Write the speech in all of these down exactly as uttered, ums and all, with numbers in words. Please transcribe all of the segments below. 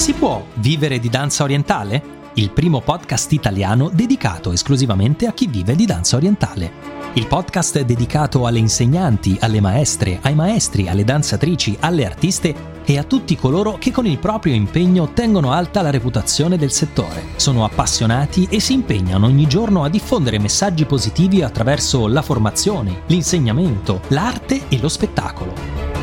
Si può vivere di danza orientale? Il primo podcast italiano dedicato esclusivamente a chi vive di danza orientale. Il podcast è dedicato alle insegnanti, alle maestre, ai maestri, alle danzatrici, alle artiste e a tutti coloro che con il proprio impegno tengono alta la reputazione del settore. Sono appassionati e si impegnano ogni giorno a diffondere messaggi positivi attraverso la formazione, l'insegnamento, l'arte e lo spettacolo.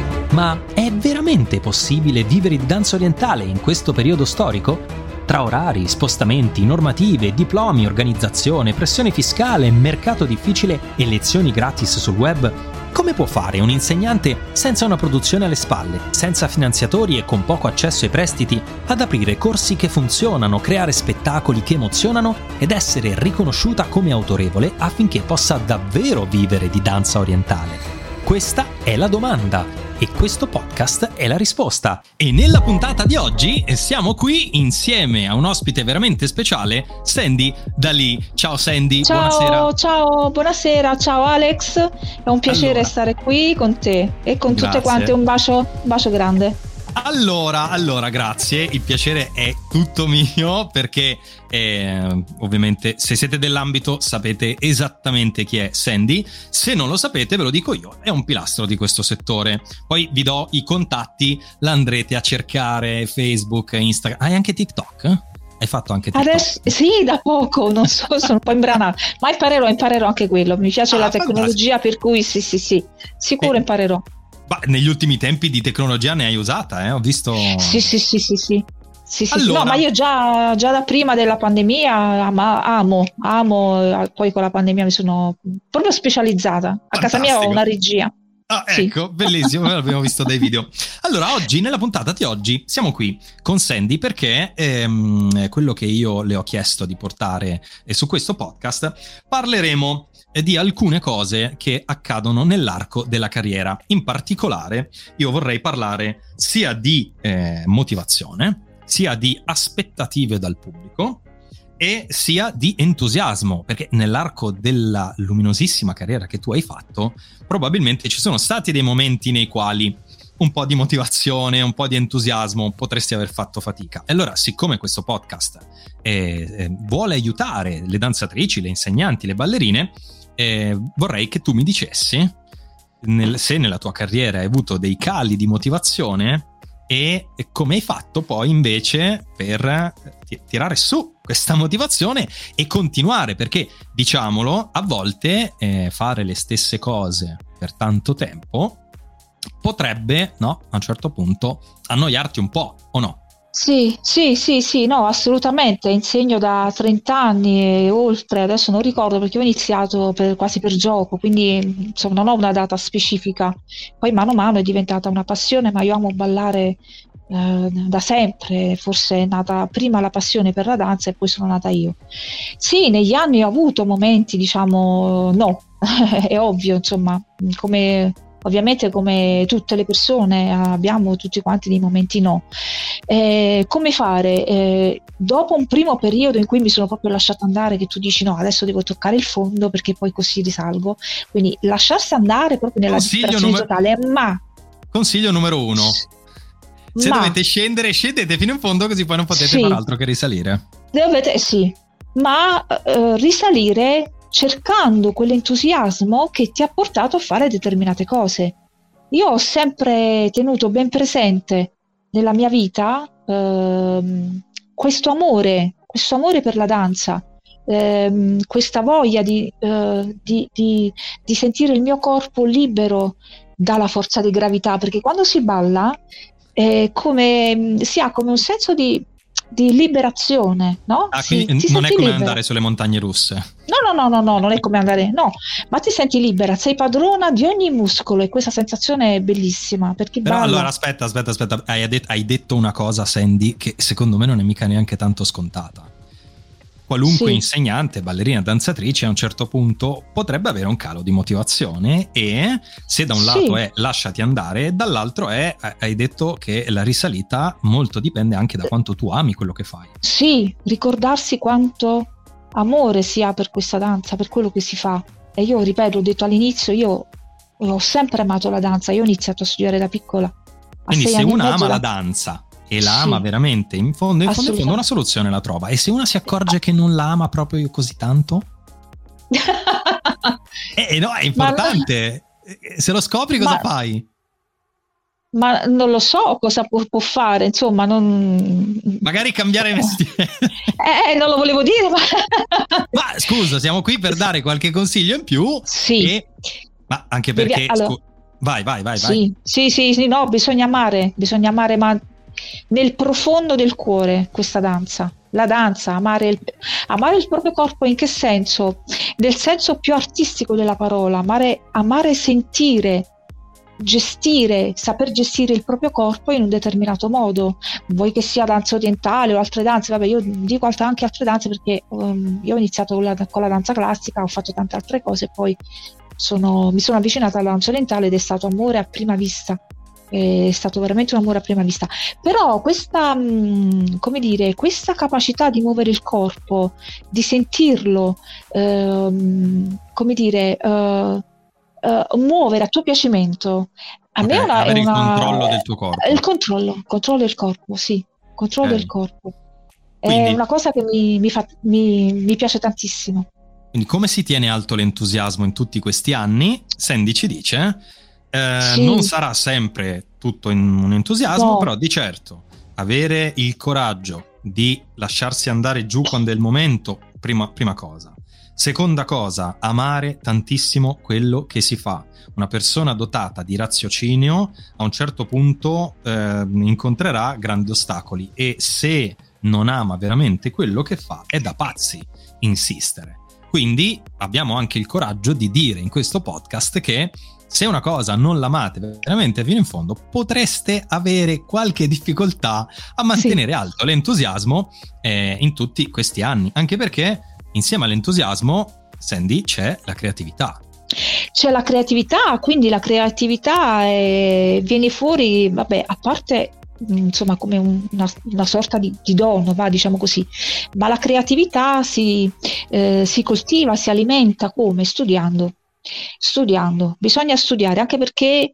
Ma è veramente possibile vivere di danza orientale in questo periodo storico? Tra orari, spostamenti, normative, diplomi, organizzazione, pressione fiscale, mercato difficile e lezioni gratis sul web, come può fare un insegnante senza una produzione alle spalle, senza finanziatori e con poco accesso ai prestiti, ad aprire corsi che funzionano, creare spettacoli che emozionano ed essere riconosciuta come autorevole affinché possa davvero vivere di danza orientale? Questa è la domanda. E questo podcast è la risposta. E nella puntata di oggi siamo qui insieme a un ospite veramente speciale, Sandy Dalì. Ciao Sandy, ciao, buonasera. Ciao, buonasera, ciao Alex. È un piacere allora, stare qui con te e con grazie. tutte quante. Un bacio, un bacio grande. Allora, allora, grazie, il piacere è tutto mio perché eh, ovviamente se siete dell'ambito sapete esattamente chi è Sandy, se non lo sapete ve lo dico io, è un pilastro di questo settore, poi vi do i contatti, l'andrete a cercare, Facebook, Instagram, hai anche TikTok? Hai fatto anche TikTok? Adesso, sì, da poco, non so, sono un po' imbranata, ma imparerò, imparerò anche quello, mi piace ah, la tecnologia, fantastico. Per cui sì, sì, sì, sicuro eh. imparerò. Ma negli ultimi tempi di tecnologia ne hai usata, eh? Ho visto... Sì, sì, sì, sì, sì. Sì, sì, allora... sì. No, ma io già, già da prima della pandemia ama, amo, amo, poi con la pandemia mi sono proprio specializzata. A Fantastico. Casa mia ho una regia. Ah, ecco, sì. Bellissimo, l'abbiamo visto dai video. Allora, oggi, nella puntata di oggi, siamo qui con Sandy perché ehm, quello che io le ho chiesto di portare eh, su questo podcast, parleremo di alcune cose che accadono nell'arco della carriera. In particolare, io vorrei parlare sia di eh, motivazione, sia di aspettative dal pubblico e sia di entusiasmo, perché nell'arco della luminosissima carriera che tu hai fatto, probabilmente ci sono stati dei momenti nei quali un po' di motivazione, un po' di entusiasmo potresti aver fatto fatica. E allora, siccome questo podcast eh, eh, vuole aiutare le danzatrici, le insegnanti, le ballerine, Eh, vorrei che tu mi dicessi nel, se nella tua carriera hai avuto dei cali di motivazione e, e come hai fatto poi invece per t- tirare su questa motivazione e continuare, perché diciamolo, a volte eh, fare le stesse cose per tanto tempo potrebbe, no, a un certo punto annoiarti un po', o no? Sì, sì, sì, sì, no, assolutamente, insegno da trenta anni e oltre, adesso non ricordo perché ho iniziato per, quasi per gioco, quindi insomma non ho una data specifica, poi mano a mano è diventata una passione, ma io amo ballare eh, da sempre, forse è nata prima la passione per la danza e poi sono nata io. Sì, negli anni ho avuto momenti, diciamo, no, è ovvio, insomma, come... Ovviamente come tutte le persone abbiamo tutti quanti dei momenti no. Eh, come fare? Eh, dopo un primo periodo in cui mi sono proprio lasciata andare, che tu dici no, adesso devo toccare il fondo perché poi così risalgo, quindi lasciarsi andare proprio nella disperazione numer- totale, ma... Consiglio numero uno. Se ma... dovete scendere, scendete fino in fondo così poi non potete sì. far altro che risalire. Dovete, sì, ma eh, risalire... cercando quell'entusiasmo che ti ha portato a fare determinate cose. Io ho sempre tenuto ben presente nella mia vita ehm, questo amore, questo amore per la danza, ehm, questa voglia di, eh, di, di, di sentire il mio corpo libero dalla forza di gravità, perché quando si balla eh, come, si ha come un senso di di liberazione, no? Ah, quindi si, non è come libera. andare sulle montagne russe. No, no, no, no, no, non è come andare, no, ma ti senti libera, sei padrona di ogni muscolo e questa sensazione è bellissima. Perché Però balla... allora aspetta, aspetta, aspetta, hai, det- hai detto una cosa, Sandy, che secondo me non è mica neanche tanto scontata. Qualunque sì. insegnante, ballerina, danzatrice a un certo punto potrebbe avere un calo di motivazione e se da un lato sì. è lasciati andare, dall'altro è, hai detto che la risalita molto dipende anche da quanto tu ami quello che fai. Sì, ricordarsi quanto amore si ha per questa danza, per quello che si fa. E io ripeto, ho detto all'inizio, io ho sempre amato la danza, io ho iniziato a studiare da piccola. Quindi se una ama la danza e la Sì. ama veramente, in fondo, in fondo, in fondo una soluzione la trova. E se una si accorge che non la ama proprio così tanto? Eh no, è importante. Ma... se lo scopri cosa ma... fai? Ma non lo so cosa può, può fare, insomma, non... magari cambiare mestiere. Eh, non lo volevo dire, ma... ma scusa, siamo qui per dare qualche consiglio in più. Sì. E... ma anche perché... Devi... allora... scu... vai, vai, vai, sì. vai. Sì, sì, sì, no, bisogna amare, bisogna amare, ma nel profondo del cuore questa danza. La danza, amare il, amare il proprio corpo in che senso? Nel senso più artistico della parola, amare, amare sentire, gestire, saper gestire il proprio corpo in un determinato modo, vuoi che sia danza orientale o altre danze. Vabbè, io dico anche altre danze perché um, io ho iniziato con la, con la danza classica, ho fatto tante altre cose, poi sono, mi sono avvicinata alla danza orientale ed è stato amore a prima vista. È stato veramente un amore a prima vista. Però questa, mh, come dire, questa capacità di muovere il corpo, di sentirlo, ehm, come dire, uh, uh, muovere a tuo piacimento, a okay, me è una, avere è una, il controllo del tuo corpo. Il controllo, il controllo del corpo, sì, controllo okay. del corpo. Quindi, è una cosa che mi, mi, fa, mi, mi piace tantissimo. Quindi come si tiene alto l'entusiasmo in tutti questi anni? Sandy ci dice... Eh, sì. Non sarà sempre tutto in un entusiasmo, no. Però di certo avere il coraggio di lasciarsi andare giù quando è il momento, prima, prima cosa. Seconda cosa, amare tantissimo quello che si fa. Una persona dotata di raziocinio a un certo punto eh, incontrerà grandi ostacoli e se non ama veramente quello che fa è da pazzi insistere. Quindi abbiamo anche il coraggio di dire in questo podcast che se una cosa non l'amate veramente fino in fondo, potreste avere qualche difficoltà a mantenere sì. alto l'entusiasmo eh, in tutti questi anni. Anche perché insieme all'entusiasmo, Sandy, c'è la creatività. C'è la creatività, quindi la creatività è, viene fuori, vabbè, a parte insomma come un, una, una sorta di, di dono, va, diciamo così, ma la creatività si, eh, si coltiva, si alimenta come? Studiando. Studiando, bisogna studiare, anche perché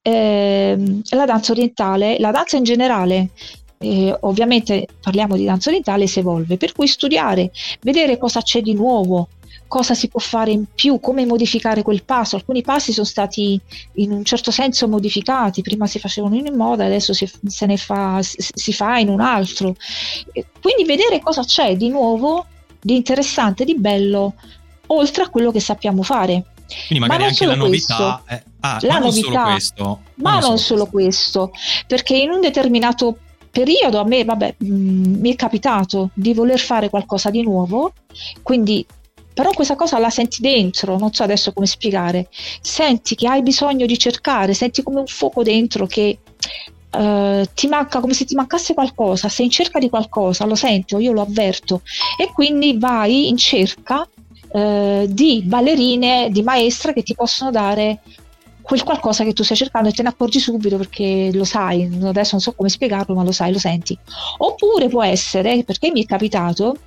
eh, la danza orientale, la danza in generale, eh, ovviamente parliamo di danza orientale, si evolve, per cui studiare, vedere cosa c'è di nuovo, cosa si può fare in più, come modificare quel passo. Alcuni passi sono stati in un certo senso modificati, prima si facevano in un modo, adesso si, se ne fa, si, si fa in un altro, quindi vedere cosa c'è di nuovo, di interessante, di bello, oltre a quello che sappiamo fare. Quindi magari anche la novità, è... ah, la ma non novità, solo questo, ma non, non solo questo. questo, perché in un determinato periodo a me, vabbè, mh, mi è capitato di voler fare qualcosa di nuovo, quindi però questa cosa la senti dentro, non so adesso come spiegare, senti che hai bisogno di cercare, senti come un fuoco dentro che Uh, ti manca, come se ti mancasse qualcosa, sei in cerca di qualcosa, lo senti o io lo avverto, e quindi vai in cerca uh, di ballerine, di maestre che ti possono dare quel qualcosa che tu stai cercando e te ne accorgi subito perché lo sai, adesso non so come spiegarlo ma lo sai, lo senti. Oppure può essere, perché mi è capitato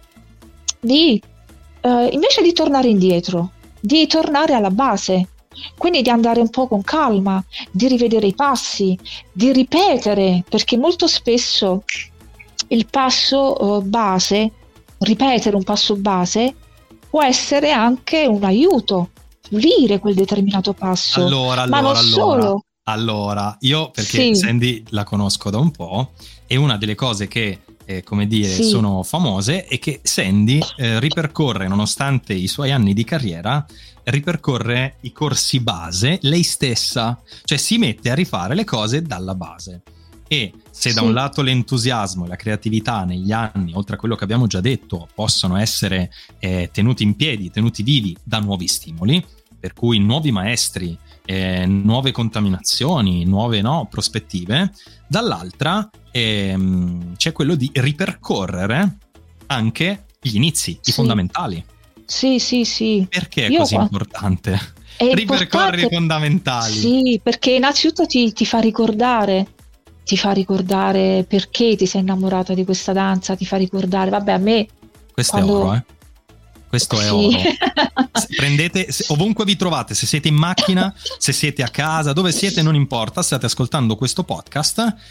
di uh, invece di tornare indietro, di tornare alla base, quindi di andare un po' con calma, di rivedere i passi, di ripetere, perché molto spesso il passo uh, base, ripetere un passo base può essere anche un aiuto, pulire quel determinato passo. Allora, ma allora, non allora, solo. Allora, io perché Sì. Sandy la conosco da un po' e una delle cose che eh, come dire sì. sono famose è che Sandy eh, ripercorre, nonostante i suoi anni di carriera, ripercorre i corsi base lei stessa, cioè si mette a rifare le cose dalla base. E se da sì. un lato l'entusiasmo e la creatività negli anni, oltre a quello che abbiamo già detto, possono essere eh, tenuti in piedi, tenuti vivi da nuovi stimoli, per cui nuovi maestri, eh, nuove contaminazioni, nuove no, prospettive, dall'altra ehm, c'è quello di ripercorrere anche gli inizi, sì. i fondamentali. Sì, sì, sì. Perché è Io così qua... importante? È ripercorrere i fondamentali. Sì, perché innanzitutto ti, ti fa ricordare, ti fa ricordare perché ti sei innamorata di questa danza, ti fa ricordare, vabbè, a me... Questo quando... è oro, eh? Questo è sì. oro. Prendete, se, ovunque vi trovate, se siete in macchina, se siete a casa, dove siete non importa, state ascoltando questo podcast,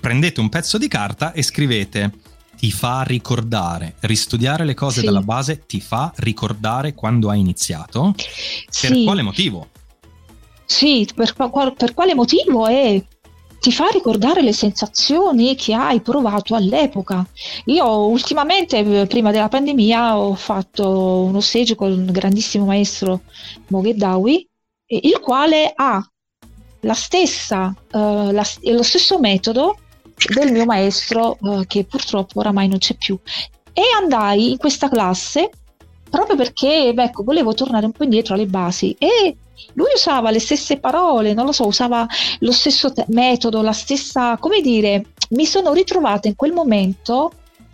prendete un pezzo di carta e scrivete: ti fa ricordare, ristudiare le cose Sì. dalla base ti fa ricordare quando hai iniziato? Per Sì. quale motivo? Sì, per, qua- per quale motivo? E ti fa ricordare le sensazioni che hai provato all'epoca. Io ultimamente, eh, prima della pandemia, ho fatto uno stage con un grandissimo maestro Mogheddawi, eh, il quale ha la stessa, eh, la- lo stesso metodo del mio maestro, eh, che purtroppo oramai non c'è più. E andai in questa classe proprio perché, beh, ecco, volevo tornare un po' indietro alle basi, e lui usava le stesse parole, non lo so, usava lo stesso te- metodo, la stessa, come dire, mi sono ritrovata in quel momento,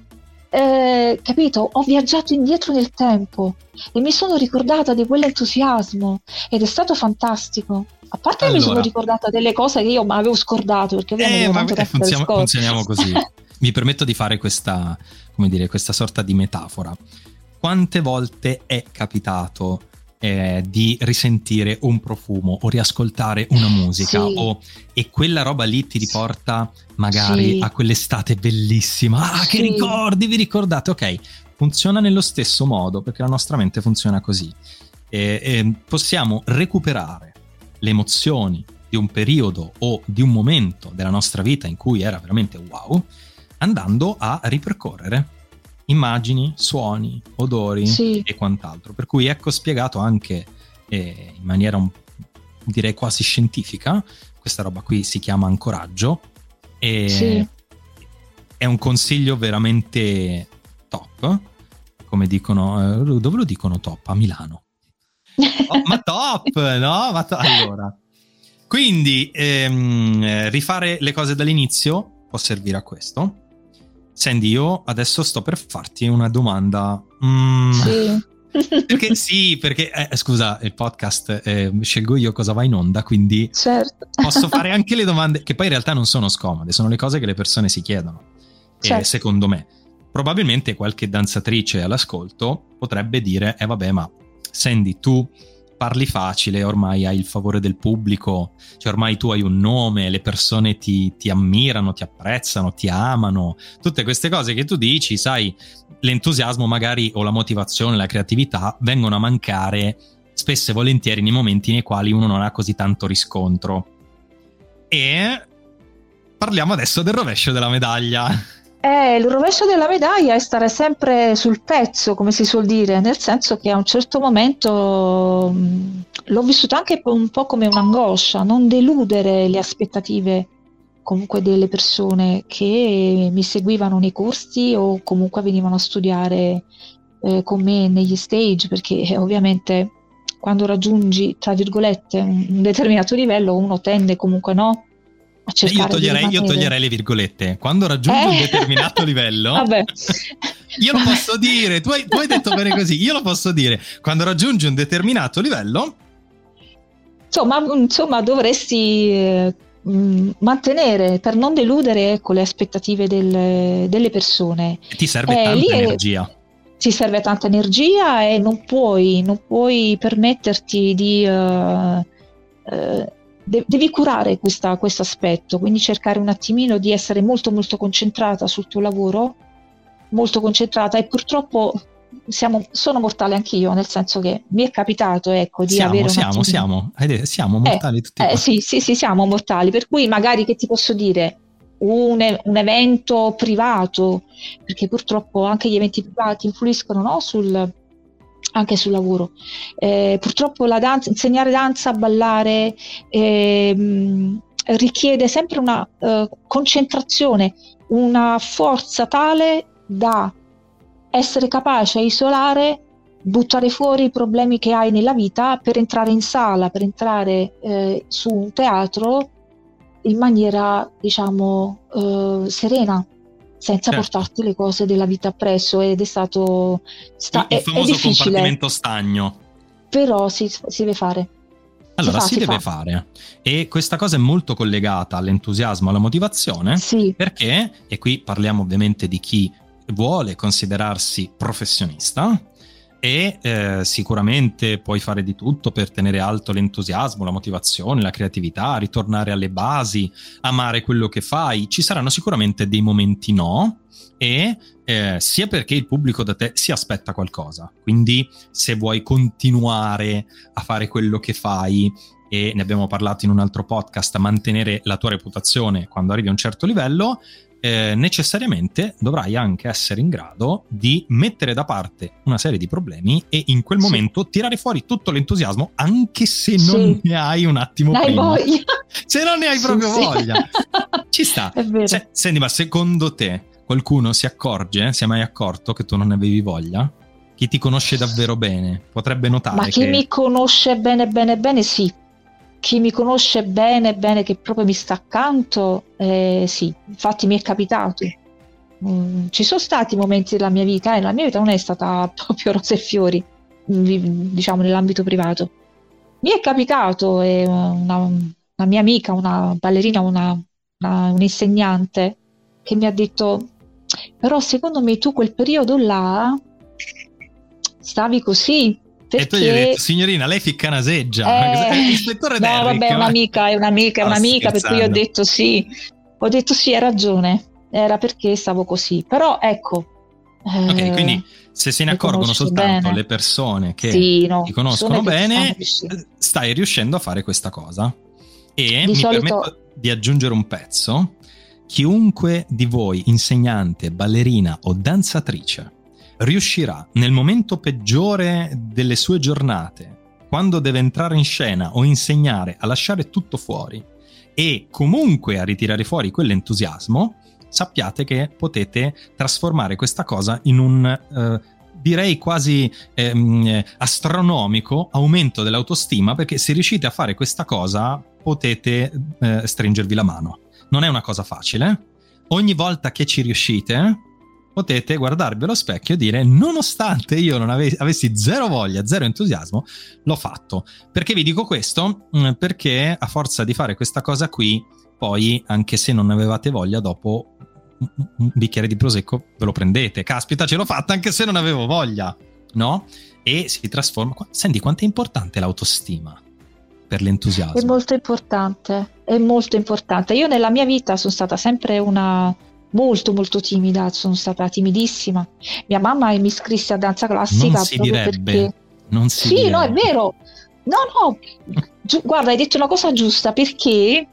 eh, capito? Ho viaggiato indietro nel tempo e mi sono ricordata di quell'entusiasmo ed è stato fantastico. A parte che mi sono Allora, ricordata delle cose che io mi avevo scordato, perché ovviamente eh, avevo ma tanto eh, tempo per funziamo- scorso. funzioniamo così. Mi permetto di fare questa, come dire, questa sorta di metafora. Quante volte è capitato eh, di risentire un profumo o riascoltare una musica, Sì. o, e quella roba lì ti riporta magari Sì. a quell'estate bellissima? Ah, che Sì. ricordi, vi ricordate? Ok, funziona nello stesso modo, perché la nostra mente funziona così. E, e possiamo recuperare le emozioni di un periodo o di un momento della nostra vita in cui era veramente wow, andando a ripercorrere immagini, suoni, odori Sì. e quant'altro. Per cui ecco spiegato anche eh, in maniera un, direi quasi scientifica, questa roba qui si chiama ancoraggio, e Sì. è un consiglio veramente top, come dicono, eh, dove lo dicono top? A Milano. Oh, ma top, no? Ma to- allora, quindi ehm, rifare le cose dall'inizio può servire a questo. Sandy, io adesso sto per farti una domanda. Mm, Sì. perché sì, perché eh, scusa, il podcast eh, scelgo io cosa va in onda, quindi Certo. posso fare anche le domande che poi in realtà non sono scomode, sono le cose che le persone si chiedono. Certo. E secondo me, probabilmente qualche danzatrice all'ascolto potrebbe dire: eh vabbè, ma Sandy, tu parli facile, ormai hai il favore del pubblico, cioè ormai tu hai un nome, le persone ti, ti ammirano, ti apprezzano, ti amano, tutte queste cose che tu dici, sai, l'entusiasmo magari o la motivazione, la creatività vengono a mancare spesso e volentieri nei momenti nei quali uno non ha così tanto riscontro. E parliamo adesso del rovescio della medaglia. Eh, il rovescio della medaglia è stare sempre sul pezzo, come si suol dire, nel senso che a un certo momento mh, l'ho vissuto anche un po' come un'angoscia, non deludere le aspettative comunque delle persone che mi seguivano nei corsi o comunque venivano a studiare eh, con me negli stage, perché eh, ovviamente quando raggiungi, tra virgolette, un, un determinato livello, uno tende comunque, no, a Io cercare di toglierei, io rimanere. toglierei le virgolette. Quando raggiungi Eh. un determinato livello, Vabbè. io lo posso dire, tu hai, tu hai detto bene così, io lo posso dire. Quando raggiungi un determinato livello, Insomma, insomma dovresti eh, mh, mantenere, per non deludere, ecco, le aspettative del- delle persone. ti serve Eh, lì tanta è- energia. Ti serve tanta energia e non puoi, non puoi permetterti di... eh, eh, de- devi curare questo aspetto, quindi cercare un attimino di essere molto molto concentrata sul tuo lavoro, molto concentrata, e purtroppo siamo, sono mortale anch'io, nel senso che mi è capitato, ecco, di Siamo, avere un siamo, attimino... siamo, hai detto, siamo mortali Eh, tutti eh, qua. sì, sì, sì, siamo mortali, per cui magari, che ti posso dire, un, e- un evento privato, perché purtroppo anche gli eventi privati influiscono, no, sul, anche sul lavoro. Eh, purtroppo la danza, insegnare danza, ballare, ehm, richiede sempre una eh, concentrazione, una forza tale da essere capace a isolare, buttare fuori i problemi che hai nella vita per entrare in sala, per entrare eh, su un teatro in maniera, diciamo, eh, serena, senza Certo. portarti le cose della vita appresso. Ed è stato sta, Il, il è, è famoso difficile, compartimento stagno. però si, si deve fare. Allora, fa, si, si deve fa. fare. E questa cosa è molto collegata all'entusiasmo, alla motivazione, Sì, perché, e qui parliamo ovviamente di chi vuole considerarsi professionista, E eh, sicuramente puoi fare di tutto per tenere alto l'entusiasmo, la motivazione, la creatività, ritornare alle basi, amare quello che fai. Ci saranno sicuramente dei momenti no, e eh, sia perché il pubblico da te si aspetta qualcosa, quindi se vuoi continuare a fare quello che fai, e ne abbiamo parlato in un altro podcast, mantenere la tua reputazione quando arrivi a un certo livello, Eh, necessariamente dovrai anche essere in grado di mettere da parte una serie di problemi e in quel Sì. momento tirare fuori tutto l'entusiasmo, anche se Sì. non ne hai un attimo Ne hai prima. voglia. Se non ne hai Sì, proprio sì. voglia. Ci sta. È vero. Se- senti, ma secondo te qualcuno si accorge, si è mai accorto che tu non ne avevi voglia? Chi ti conosce davvero bene potrebbe notare Ma chi che... mi conosce bene bene bene sì. Chi mi conosce bene bene che proprio mi sta accanto, eh, sì, infatti mi è capitato. Mm, ci sono stati momenti della mia vita, e la mia vita non è stata proprio rose e fiori, vi- diciamo nell'ambito privato. Mi è capitato, e una, una mia amica, una ballerina, una, una- un'insegnante, che mi ha detto: però secondo me tu quel periodo là stavi così, E tu gli hai perché detto, signorina, lei ficca naseggia. Eh, È l'ispettore no, Derrick. vabbè, è ma- un'amica, è un'amica, è No, un'amica, per cui ho scherzando. detto sì, ho detto sì, hai ragione, era perché stavo così, però ecco, Ok, eh, quindi se se ne mi accorgono conosce soltanto bene. le persone che Sì, no, ti conoscono sono le bene, persone che sì. eh, stai riuscendo a fare questa cosa. E Di mi solito- permetto di aggiungere un pezzo. Chiunque di voi, insegnante, ballerina o danzatrice, riuscirà nel momento peggiore delle sue giornate, quando deve entrare in scena o insegnare, a lasciare tutto fuori e comunque a ritirare fuori quell'entusiasmo, sappiate che potete trasformare questa cosa in un, eh, direi quasi ehm, astronomico aumento dell'autostima, perché se riuscite a fare questa cosa potete eh, stringervi la mano. Non è una cosa facile. Ogni volta che ci riuscite potete guardarvi allo specchio e dire: nonostante io non ave- avessi zero voglia, zero entusiasmo, l'ho fatto. Perché vi dico questo? Mm, Perché a forza di fare questa cosa qui, poi, anche se non avevate voglia, dopo un- un bicchiere di prosecco ve lo prendete. Caspita, ce l'ho fatta anche se non avevo voglia, no? E si trasforma. Senti, quanto è importante l'autostima per l'entusiasmo? È molto importante, è molto importante. Io nella mia vita sono stata sempre una molto molto timida, sono stata timidissima. Mia mamma mi iscrisse a danza classica Non si proprio direbbe, perché non si sì, direbbe. no, è vero. No, no, giu- guarda, hai detto una cosa giusta, perché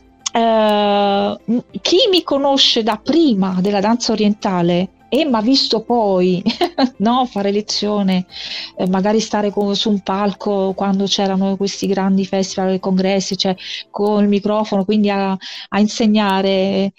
eh, chi mi conosce da prima della danza orientale e mi ha visto poi no, fare lezione, eh, magari stare co- su un palco quando c'erano questi grandi festival e congressi, cioè con il microfono, quindi a, a insegnare.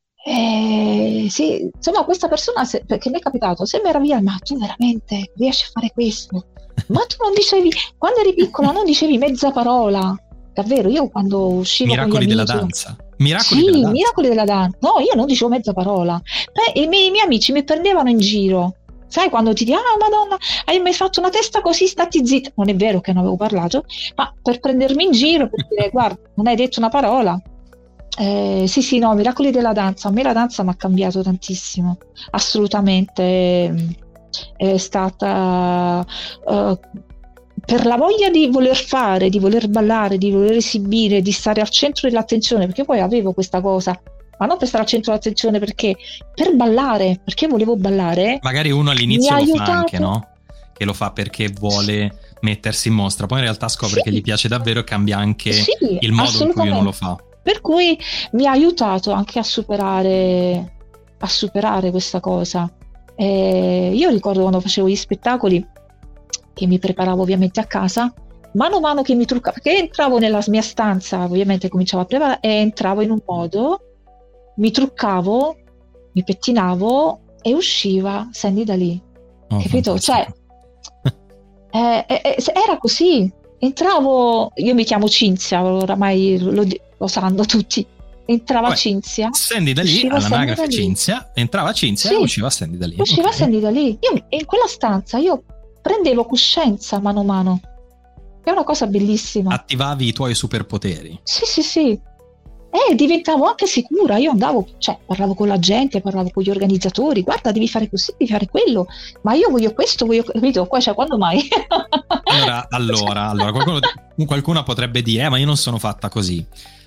Eh, sì, insomma, questa persona, se- perché mi è capitato, si meraviglia, ma tu veramente riesci a fare questo? Ma tu non dicevi, quando eri piccola, non dicevi mezza parola. Davvero, io quando uscivo Miracoli con gli della amici, danza. Miracoli sì, della danza. miracoli della danza. No, io non dicevo mezza parola. Beh, i miei, i miei amici mi prendevano in giro. Sai, quando ti dicono: ah, Madonna, hai mai fatto una testa così, stati zitta. Non è vero che non avevo parlato, ma per prendermi in giro, per dire: guarda, non hai detto una parola. Eh, sì, sì, no, miracoli della danza. A me la danza mi ha cambiato tantissimo, assolutamente. È stata eh, per la voglia di voler fare, di voler ballare, di voler esibire, di stare al centro dell'attenzione, perché poi avevo questa cosa, ma non per stare al centro dell'attenzione, perché per ballare, perché volevo ballare. Magari uno Mi all'inizio ha lo fa aiutato. anche, no? Che lo fa perché vuole mettersi in mostra, poi in realtà scopre Sì. che gli piace davvero e cambia anche Sì, il modo in cui uno assolutamente. lo fa. Per cui mi ha aiutato anche a superare, a superare questa cosa. Eh, io ricordo quando facevo gli spettacoli, che mi preparavo ovviamente a casa, mano a mano che mi truccavo, perché entravo nella mia stanza, ovviamente cominciavo a preparare e entravo in un modo, mi truccavo, mi pettinavo e usciva Sandy da lì. Oh, Capito? Cioè, fantastico. eh, eh, eh, era così. Entravo, io mi chiamo Cinzia, oramai lo, lo sanno tutti. Entrava Vabbè, Cinzia, Sandy da lì, usciva Sandy all'anagrafe da lì. Cinzia, entrava Cinzia Sì. e usciva Sandy da lì. Usciva Ok. Sandy da lì. Io in quella stanza io prendevo coscienza mano a mano. È una cosa bellissima. Attivavi i tuoi superpoteri. Sì, sì, sì. eh, diventavo anche sicura, io andavo, cioè parlavo con la gente, parlavo con gli organizzatori, guarda devi fare così, devi fare quello, ma io voglio questo, voglio, capito? Qua, cioè, quando mai? Allora, allora, allora qualcuno, qualcuno potrebbe dire, eh, ma io non sono fatta così.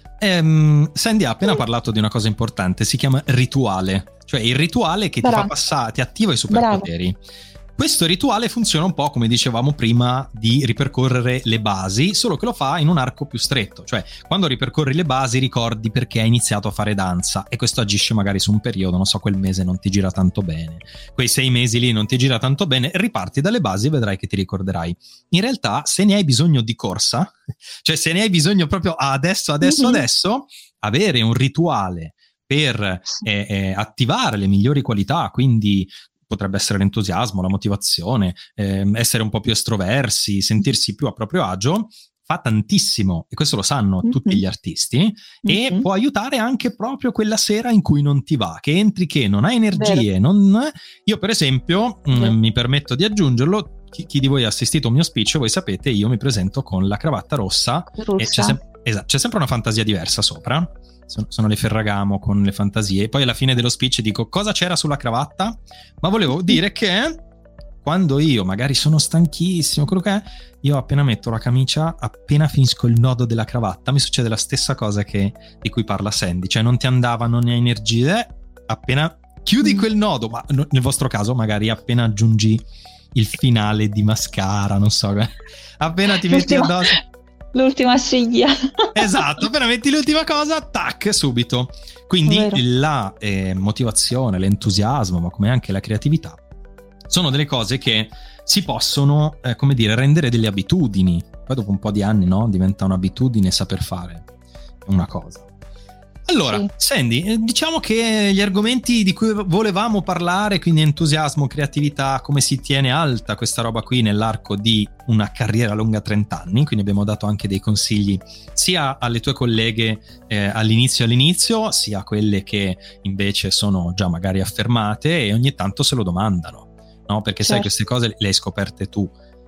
Ehm, Sandy ha appena parlato di una cosa importante, si chiama rituale, cioè il rituale che Bravo. ti fa passare, ti attiva i superpoteri. Bravo. Questo rituale funziona un po' come dicevamo prima di ripercorrere le basi, solo che lo fa in un arco più stretto, cioè quando ripercorri le basi ricordi perché hai iniziato a fare danza e questo agisce magari su un periodo, non so, quel mese non ti gira tanto bene, quei sei mesi lì non ti gira tanto bene, riparti dalle basi e vedrai che ti ricorderai. In realtà se ne hai bisogno di corsa, cioè se ne hai bisogno proprio adesso, adesso, mm-hmm. adesso, avere un rituale per eh, eh, attivare le migliori qualità, quindi potrebbe essere l'entusiasmo, la motivazione, ehm, essere un po' più estroversi, sentirsi più a proprio agio, fa tantissimo, e questo lo sanno mm-hmm. tutti gli artisti, mm-hmm. e può aiutare anche proprio quella sera in cui non ti va, che entri che non hai energie, non... io per esempio, mh, mi permetto di aggiungerlo, chi, chi di voi ha assistito a un mio speech, voi sapete, io mi presento con la cravatta rossa, rossa. e c'è, sem- esatto, c'è sempre una fantasia diversa sopra. Sono le Ferragamo con le fantasie. Poi alla fine dello speech dico cosa c'era sulla cravatta, ma volevo dire che quando io magari sono stanchissimo, quello che è, io appena metto la camicia, appena finisco il nodo della cravatta, mi succede la stessa cosa che di cui parla Sandy, cioè non ti andava, non ne hai energie, appena chiudi quel nodo, ma nel vostro caso magari appena aggiungi il finale di mascara, non so, appena ti metti addosso l'ultima ciglia. Esatto, appena metti l'ultima cosa, tac, subito. Quindi la eh, motivazione, l'entusiasmo, ma come anche la creatività sono delle cose che si possono, eh, come dire, rendere delle abitudini. Poi dopo un po' di anni, no? Diventa un'abitudine saper fare una cosa. Allora, sì. Sandy, diciamo che gli argomenti di cui volevamo parlare, quindi entusiasmo, creatività, come si tiene alta questa roba qui nell'arco di una carriera lunga trenta anni, quindi abbiamo dato anche dei consigli sia alle tue colleghe eh, all'inizio all'inizio, sia a quelle che invece sono già magari affermate e ogni tanto se lo domandano, no? Perché certo. sai, queste cose le hai scoperte tu,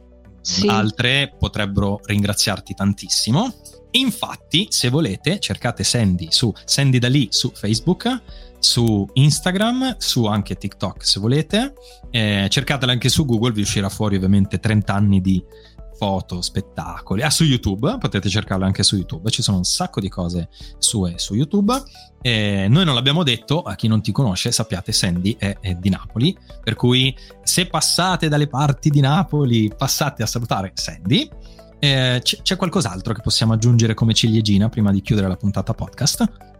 sì. altre potrebbero ringraziarti tantissimo. Infatti, se volete, cercate Sandy su Sandy Dalì su Facebook, su Instagram, su anche TikTok se volete, eh, cercatela anche su Google, vi uscirà fuori ovviamente trenta anni di foto, spettacoli. Ah, su YouTube, potete cercarla anche su YouTube, ci sono un sacco di cose sue su YouTube. Eh, noi non l'abbiamo detto, a chi non ti conosce, sappiate Sandy è, è di Napoli, per cui se passate dalle parti di Napoli, passate a salutare Sandy. Eh, c'è, c'è qualcos'altro che possiamo aggiungere come ciliegina prima di chiudere la puntata podcast?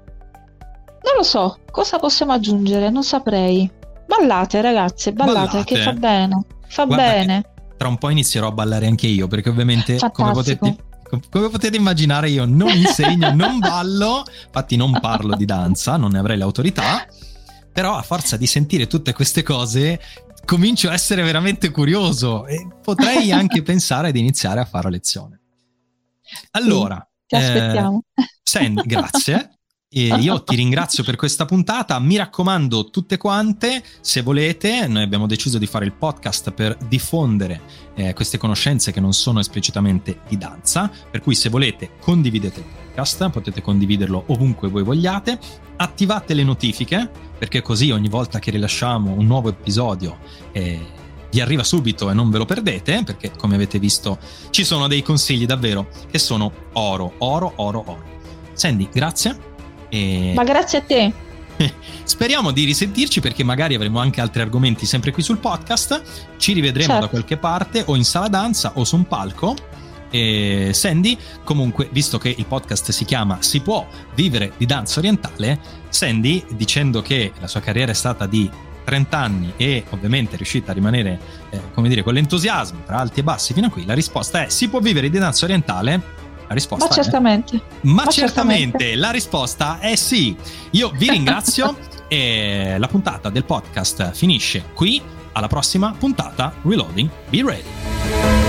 Non lo so, cosa possiamo aggiungere? Non saprei. Ballate ragazze, ballate, ballate. Che fa bene, fa Guarda bene. Tra un po' inizierò a ballare anche io, perché ovviamente come potete, come potete immaginare io non insegno, non ballo, infatti non parlo di danza, non ne avrei l'autorità, però a forza di sentire tutte queste cose comincio a essere veramente curioso e potrei anche pensare di iniziare a fare lezione. Allora, sì, ti aspettiamo. Eh, Sandy, grazie. E io ti ringrazio per questa puntata. Mi raccomando, tutte quante, se volete, noi abbiamo deciso di fare il podcast per diffondere eh, queste conoscenze che non sono esplicitamente di danza, per cui se volete condividete il podcast, potete condividerlo ovunque voi vogliate, attivate le notifiche, perché così ogni volta che rilasciamo un nuovo episodio eh, vi arriva subito e non ve lo perdete, perché come avete visto ci sono dei consigli davvero che sono oro, oro, oro, oro. Sandy, grazie. E... Ma grazie a te. Speriamo di risentirci, perché magari avremo anche altri argomenti sempre qui sul podcast. Ci rivedremo certo. da qualche parte, o in sala danza o su un palco. E Sandy, comunque, visto che il podcast si chiama Si può vivere di danza orientale, Sandy, dicendo che la sua carriera è stata di trenta anni e ovviamente è riuscita a rimanere eh, come dire, con l'entusiasmo tra alti e bassi fino a qui, la risposta è: si può vivere di danza orientale? La risposta ma certamente. È, ma, ma certamente. certamente La risposta è sì. Io vi ringrazio e la puntata del podcast finisce qui. Alla prossima puntata. Reloading, be ready.